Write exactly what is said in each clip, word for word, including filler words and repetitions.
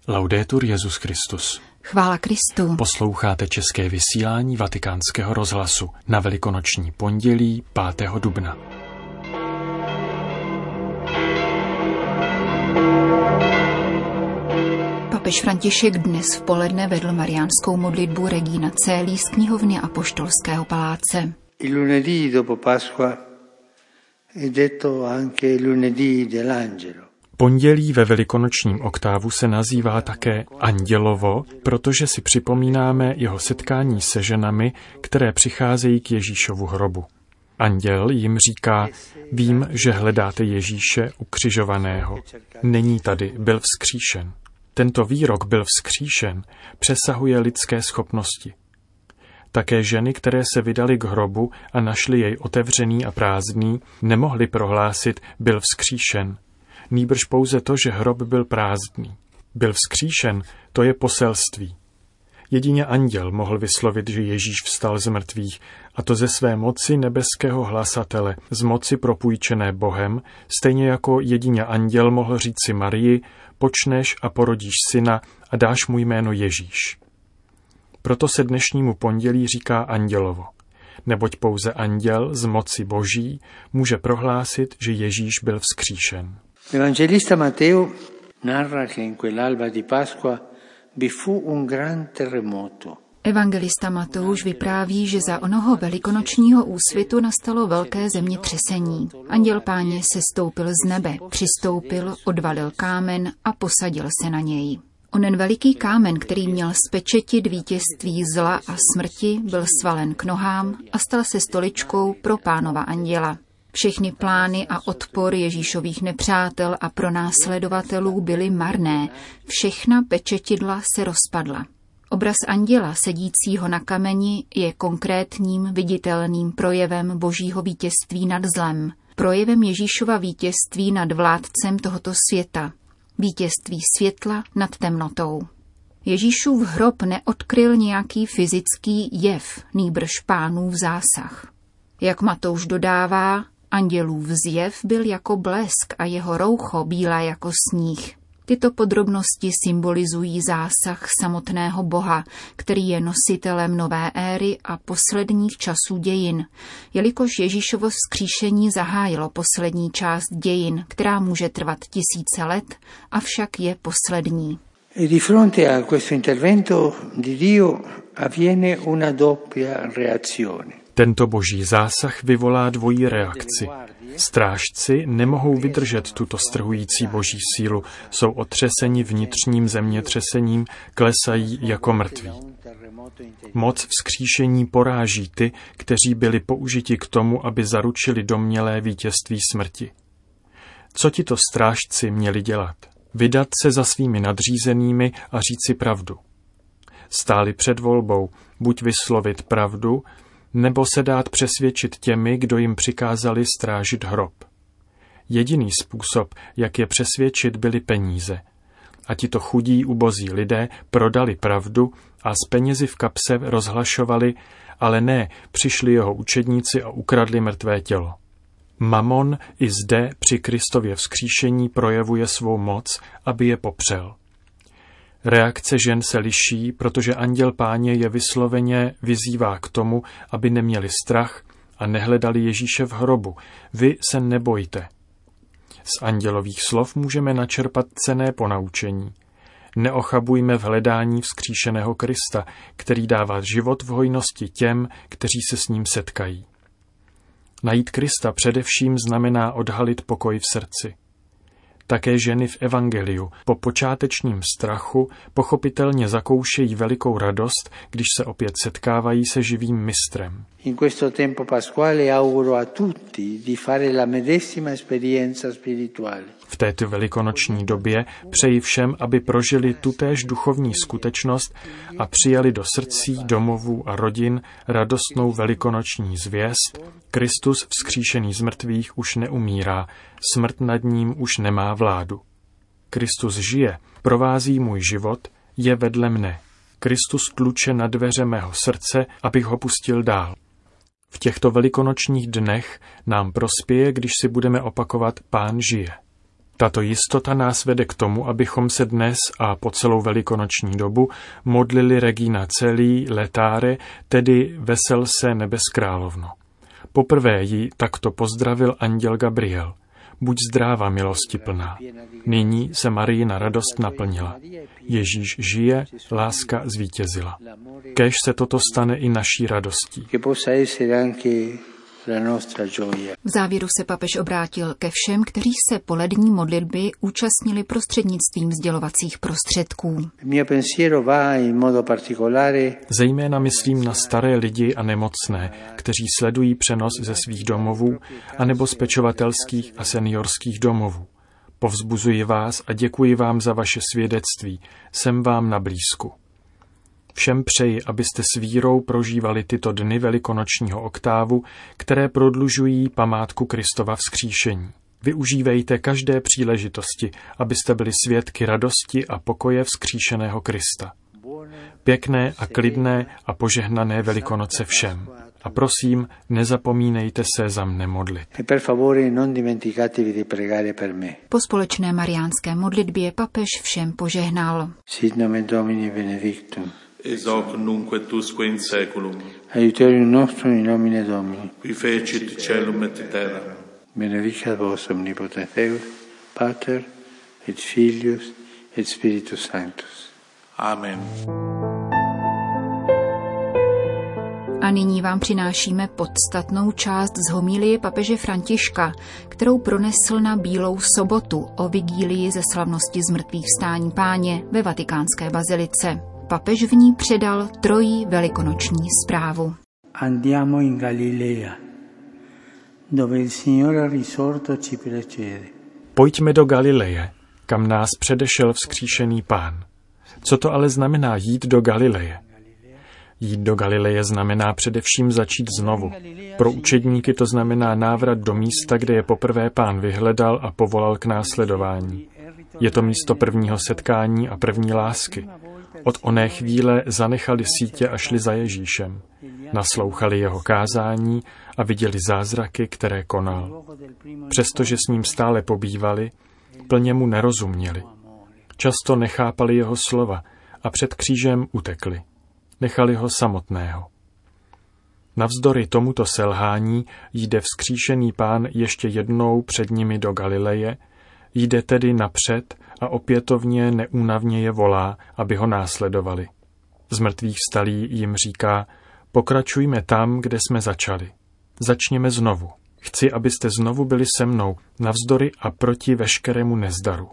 Laudetur Jesus Christus. Chvála Kristu. Posloucháte české vysílání Vatikánského rozhlasu na velikonoční pondělí pátého dubna. Papež František dnes v poledne vedl mariánskou modlitbu Regina Coeli z knihovny Apoštolského paláce. Il lunedì dopo Pasqua è detto anche il lunedì dell'angelo. Pondělí ve velikonočním oktávu se nazývá také Andělovo, protože si připomínáme jeho setkání se ženami, které přicházejí k Ježíšovu hrobu. Anděl jim říká: vím, že hledáte Ježíše ukřižovaného. Není tady, byl vzkříšen. Tento výrok byl vzkříšen přesahuje lidské schopnosti. Také ženy, které se vydaly k hrobu a našly jej otevřený a prázdný, nemohly prohlásit byl vzkříšen. Nýbrž pouze to, že hrob byl prázdný. Byl vzkříšen, to je poselství. Jedině anděl mohl vyslovit, že Ježíš vstal z mrtvých, a to ze své moci nebeského hlasatele, z moci propůjčené Bohem, stejně jako jedině anděl mohl říci Marii: počneš a porodíš syna a dáš mu jméno Ježíš. Proto se dnešnímu pondělí říká Andělovo, neboť pouze anděl z moci Boží může prohlásit, že Ježíš byl vzkříšen. Evangelista Matteo narra che in quell'alba di Pasqua vi fu un gran terremoto. Evangelista Matouš vypráví, že za onoho velikonočního úsvitu nastalo velké zemětřesení. Anděl Páně sestoupil z nebe, přistoupil, odvalil kámen a posadil se na něj. Onen veliký kámen, který měl spečetit vítězství zla a smrti, byl svalen k nohám a stal se stoličkou pro Pánova anděla. Všechny plány a odpor Ježíšových nepřátel a pronásledovatelů byly marné, všechna pečetidla se rozpadla. Obraz anděla sedícího na kameni je konkrétním, viditelným projevem Božího vítězství nad zlem, projevem Ježíšova vítězství nad vládcem tohoto světa, vítězství světla nad temnotou. Ježíšův hrob neodkryl nějaký fyzický jev, nýbrž Pánův zásah. Jak Matouš dodává, andělův zjev byl jako blesk a jeho roucho bílá jako sníh. Tyto podrobnosti symbolizují zásah samotného Boha, který je nositelem nové éry a posledních časů dějin, jelikož Ježíšovo vzkříšení zahájilo poslední část dějin, která může trvat tisíce let, avšak je poslední. E di fronte a questo intervento di Dio avviene una doppia reazione. Tento boží zásah vyvolá dvojí reakci. Strážci nemohou vydržet tuto strhující boží sílu, jsou otřeseni vnitřním zemětřesením, klesají jako mrtví. Moc vzkříšení poráží ty, kteří byli použiti k tomu, aby zaručili domnělé vítězství smrti. Co tito strážci měli dělat? Vydat se za svými nadřízenými a říci pravdu. Stáli před volbou, buď vyslovit pravdu, nebo se dát přesvědčit těmi, kdo jim přikázali strážit hrob. Jediný způsob, jak je přesvědčit, byly peníze. A tito chudí ubozí lidé prodali pravdu a s penězi v kapse rozhlašovali, ale ne, přišli jeho učedníci a ukradli mrtvé tělo. Mamon i zde při Kristově vzkříšení projevuje svou moc, aby je popřel. Reakce žen se liší, protože anděl Páně je vysloveně vyzývá k tomu, aby neměli strach a nehledali Ježíše v hrobu. Vy se nebojte. Z andělových slov můžeme načerpat cenné ponaučení. Neochabujme v hledání vzkříšeného Krista, který dává život v hojnosti těm, kteří se s ním setkají. Najít Krista především znamená odhalit pokoj v srdci. Také ženy v evangeliu po počátečním strachu pochopitelně zakoušejí velikou radost, když se opět setkávají se živým mistrem. In questo tempo pasquale auguro a tutti di fare la medesima esperienza spirituale. V této velikonoční době přeji všem, aby prožili tutéž duchovní skutečnost a přijali do srdcí, domovů a rodin radostnou velikonoční zvěst. Kristus vzkříšený z mrtvých už neumírá, smrt nad ním už nemá vládu. Kristus žije, provází můj život, je vedle mne. Kristus tluče na dveře mého srdce, abych ho pustil dál. V těchto velikonočních dnech nám prospěje, když si budeme opakovat Pán žije. Tato jistota nás vede k tomu, abychom se dnes a po celou velikonoční dobu modlili Regina Coeli Laetare, tedy Vesel se nebes královno. Poprvé ji takto pozdravil anděl Gabriel. Buď zdráva, milosti plná. Nyní se Marijina radost naplnila. Ježíš žije, láska zvítězila. Kéž se toto stane i naší radostí. V závěru se papež obrátil ke všem, kteří se polední modlitby účastnili prostřednictvím sdělovacích prostředků. Zejména myslím na staré lidi a nemocné, kteří sledují přenos ze svých domovů anebo z pečovatelských a seniorských domovů. Povzbuzuji vás a děkuji vám za vaše svědectví. Jsem vám na blízku. Všem přeji, abyste s vírou prožívali tyto dny velikonočního oktávu, které prodlužují památku Kristova vzkříšení. Využívejte každé příležitosti, abyste byli svědky radosti a pokoje vzkříšeného Krista. Pěkné a klidné a požehnané Velikonoce všem. A prosím, nezapomínejte se za mne modlit. Po společné mariánské modlitbě papež všem požehnal. Sit nomen Domini benedictum. Ex hoc nunc et usque in saeculum. Aiuterium nostrum in nomine Domini. Qui fecit caelum et terra. Benedicat vos omnipotens Deus, Pater et Filius et Spiritus Sanctus. Amen. A nyní vám přinášíme podstatnou část z homilie papeže Františka, kterou pronesl na Bílou sobotu o vigílii ze slavnosti zmrtvých vstání Páně ve vatikánské bazilice. Papež v ní předal trojí velikonoční zprávu. Andiamo in Galilea, dove il Signore risorto ci precede. Pojďme do Galileje, kam nás předešel vzkříšený Pán. Co to ale znamená jít do Galileje? Jít do Galileje znamená především začít znovu. Pro učedníky to znamená návrat do místa, kde je poprvé Pán vyhledal a povolal k následování. Je to místo prvního setkání a první lásky. Od oné chvíle zanechali sítě a šli za Ježíšem. Naslouchali jeho kázání a viděli zázraky, které konal. Přestože s ním stále pobývali, plně mu nerozuměli. Často nechápali jeho slova a před křížem utekli. Nechali ho samotného. Navzdory tomuto selhání jde vzkříšený Pán ještě jednou před nimi do Galileje, jde tedy napřed a opětovně neúnavně je volá, aby ho následovali. Z mrtvých vstalý jim říká, pokračujme tam, kde jsme začali. Začněme znovu. Chci, abyste znovu byli se mnou, navzdory a proti veškerému nezdaru.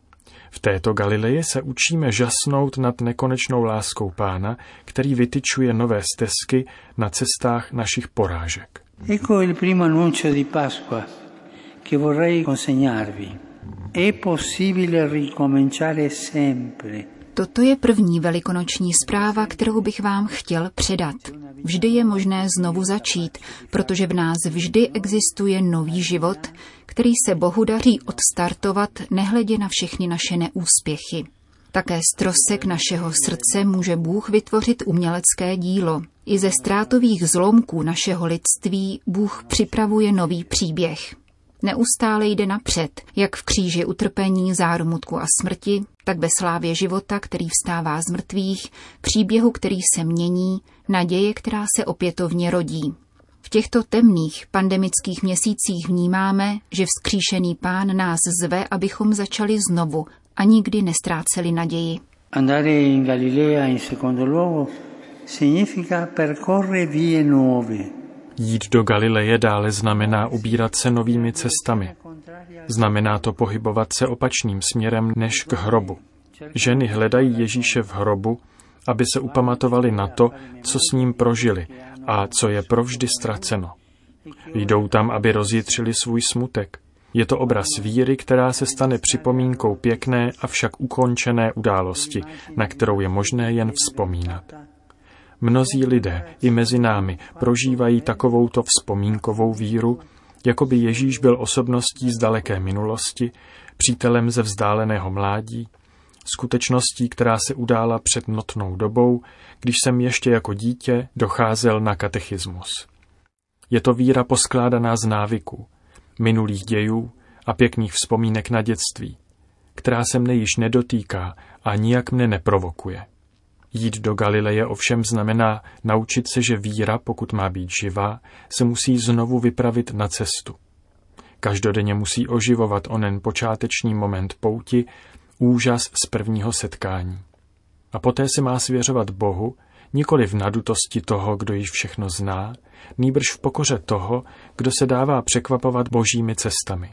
V této Galileji se učíme žasnout nad nekonečnou láskou Pána, který vytyčuje nové stezky na cestách našich porážek. Ecco il primo annuncio di Pasqua che vorrei consegnarvi. È possibile ricominciare sempre. Toto je první velikonoční zpráva, kterou bych vám chtěl předat. Vždy je možné znovu začít, protože v nás vždy existuje nový život, který se Bohu daří odstartovat nehledě na všechny naše neúspěchy. Také z trosek našeho srdce může Bůh vytvořit umělecké dílo. I ze ztrátových zlomků našeho lidství Bůh připravuje nový příběh. Neustále jde napřed, jak v kříži utrpení, zármutku a smrti, tak ve slávě života, který vstává z mrtvých, příběhu, který se mění, naděje, která se opětovně rodí. V těchto temných pandemických měsících vnímáme, že vzkříšený Pán nás zve, abychom začali znovu a nikdy nestráceli naději. Andare in Galilea in secondo luogo significa percorrere vie nuove. Jít do Galileje dále znamená ubírat se novými cestami. Znamená to pohybovat se opačným směrem než k hrobu. Ženy hledají Ježíše v hrobu, aby se upamatovali na to, co s ním prožili a co je provždy ztraceno. Jdou tam, aby rozjitřili svůj smutek. Je to obraz víry, která se stane připomínkou pěkné, avšak ukončené události, na kterou je možné jen vzpomínat. Mnozí lidé i mezi námi prožívají takovouto vzpomínkovou víru, jako by Ježíš byl osobností z daleké minulosti, přítelem ze vzdáleného mládí, skutečností, která se udála před notnou dobou, když jsem ještě jako dítě docházel na katechismus. Je to víra poskládaná z návyků, minulých dějů a pěkných vzpomínek na dětství, která se mne již nedotýká a nijak mne neprovokuje. Jít do Galileje ovšem znamená naučit se, že víra, pokud má být živá, se musí znovu vypravit na cestu. Každodenně musí oživovat onen počáteční moment pouti, úžas z prvního setkání. A poté se má svěřovat Bohu, nikoli v nadutosti toho, kdo již všechno zná, nýbrž v pokoře toho, kdo se dává překvapovat božími cestami.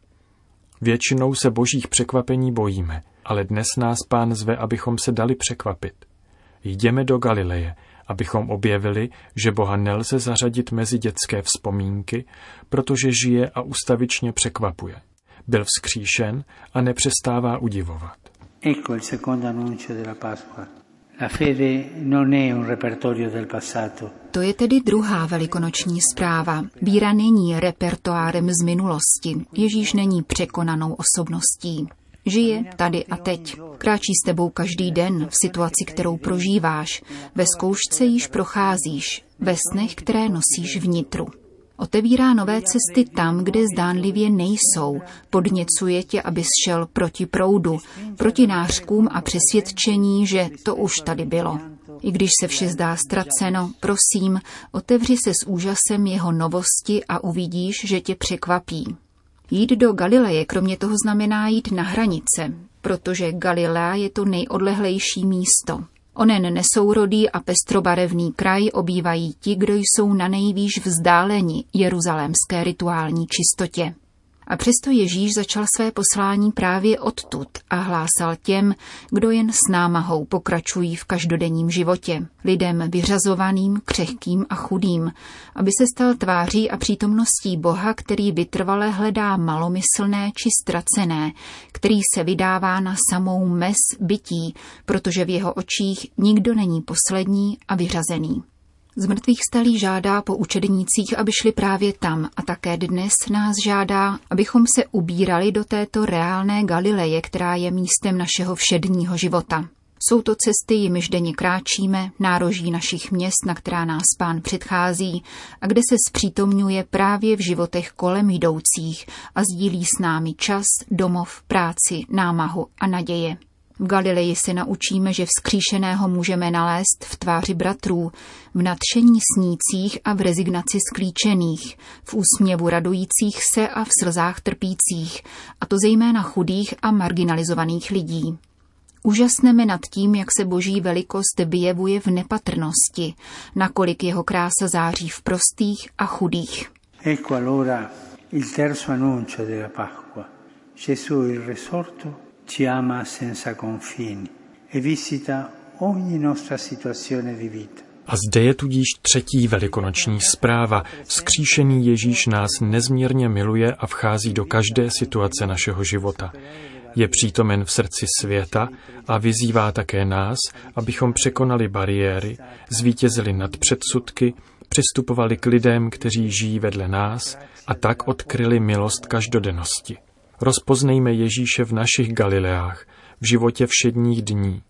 Většinou se božích překvapení bojíme, ale dnes nás Pán zve, abychom se dali překvapit. Jdeme do Galileje, abychom objevili, že Boha nelze zařadit mezi dětské vzpomínky, protože žije a ustavičně překvapuje. Byl vzkříšen a nepřestává udivovat. Ecco il secondo annuncio della Pasqua. La fede non è un repertorio del passato. To je tedy druhá velikonoční zpráva. Víra není repertoárem z minulosti. Ježíš není překonanou osobností. Žije tady a teď. Kráčí s tebou každý den v situaci, kterou prožíváš. Ve zkoušce již procházíš. Ve snech, které nosíš vnitru. Otevírá nové cesty tam, kde zdánlivě nejsou. Podněcuje tě, abys šel proti proudu, proti nářkům a přesvědčení, že to už tady bylo. I když se vše zdá ztraceno, prosím, otevři se s úžasem jeho novosti a uvidíš, že tě překvapí. Jít do Galileje kromě toho znamená jít na hranice, protože Galilea je to nejodlehlejší místo. Onen nesourodý a pestrobarevný kraj obývají ti, kdo jsou na nejvýš vzdáleni jeruzalémské rituální čistotě. A přesto Ježíš začal své poslání právě odtud a hlásal těm, kdo jen s námahou pokračují v každodenním životě, lidem vyřazovaným, křehkým a chudým, aby se stal tváří a přítomností Boha, který vytrvale hledá malomyslné či ztracené, který se vydává na samou mez bytí, protože v jeho očích nikdo není poslední a vyřazený. Zmrtvých vstalý žádá po učednících, aby šli právě tam a také dnes nás žádá, abychom se ubírali do této reálné Galileje, která je místem našeho všedního života. Jsou to cesty, jimiž denně kráčíme, nároží našich měst, na která nás Pán předchází a kde se zpřítomňuje právě v životech kolem jdoucích a sdílí s námi čas, domov, práci, námahu a naděje. V Galileji se naučíme, že vzkříšeného můžeme nalézt v tváři bratrů, v nadšení snících a v rezignaci sklíčených, v úsměvu radujících se a v slzách trpících, a to zejména chudých a marginalizovaných lidí. Úžasneme nad tím, jak se boží velikost vyjevuje v nepatrnosti, nakolik jeho krása září v prostých a chudých. Ecco allora il terzo annuncio della Pasqua. Gesù il risorto ci ama senza confini e visita ogni nostra situazione di vita. A zde je tudíž třetí velikonoční zpráva. Vzkříšený Ježíš nás nezmírně miluje a vchází do každé situace našeho života. Je přítomen v srdci světa a vyzývá také nás, abychom překonali bariéry, zvítězili nad předsudky, přistupovali k lidem, kteří žijí vedle nás, a tak odkryli milost každodennosti. Rozpoznejme Ježíše v našich Galileách, v životě všedních dní.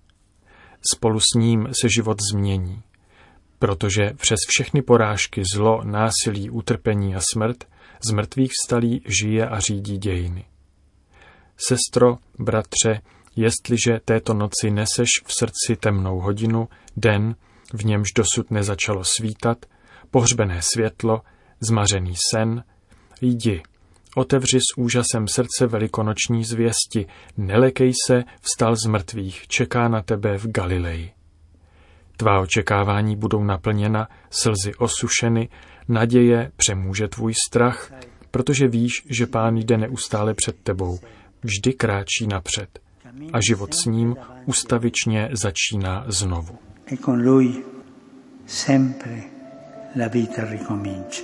Spolu s ním se život změní, protože přes všechny porážky, zlo, násilí, utrpení a smrt z mrtvých vstalý žije a řídí dějiny. Sestro, bratře, jestliže této noci neseš v srdci temnou hodinu, den, v němž dosud nezačalo svítat, pohřbené světlo, zmařený sen, jdi, otevři s úžasem srdce velikonoční zvěsti, nelekej se, vstal z mrtvých, čeká na tebe v Galileji. Tvá očekávání budou naplněna, slzy osušeny, naděje přemůže tvůj strach, protože víš, že Pán jde neustále před tebou, vždy kráčí napřed a život s ním ustavičně začíná znovu. E con lui sempre la vita ricomincia.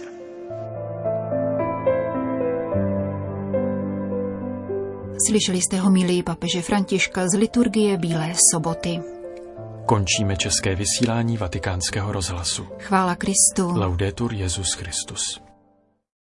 Slyšeli jste homilii papeže Františka z liturgie Bílé soboty. Končíme české vysílání Vatikánského rozhlasu. Chvála Kristu. Laudetur Jesus Christus.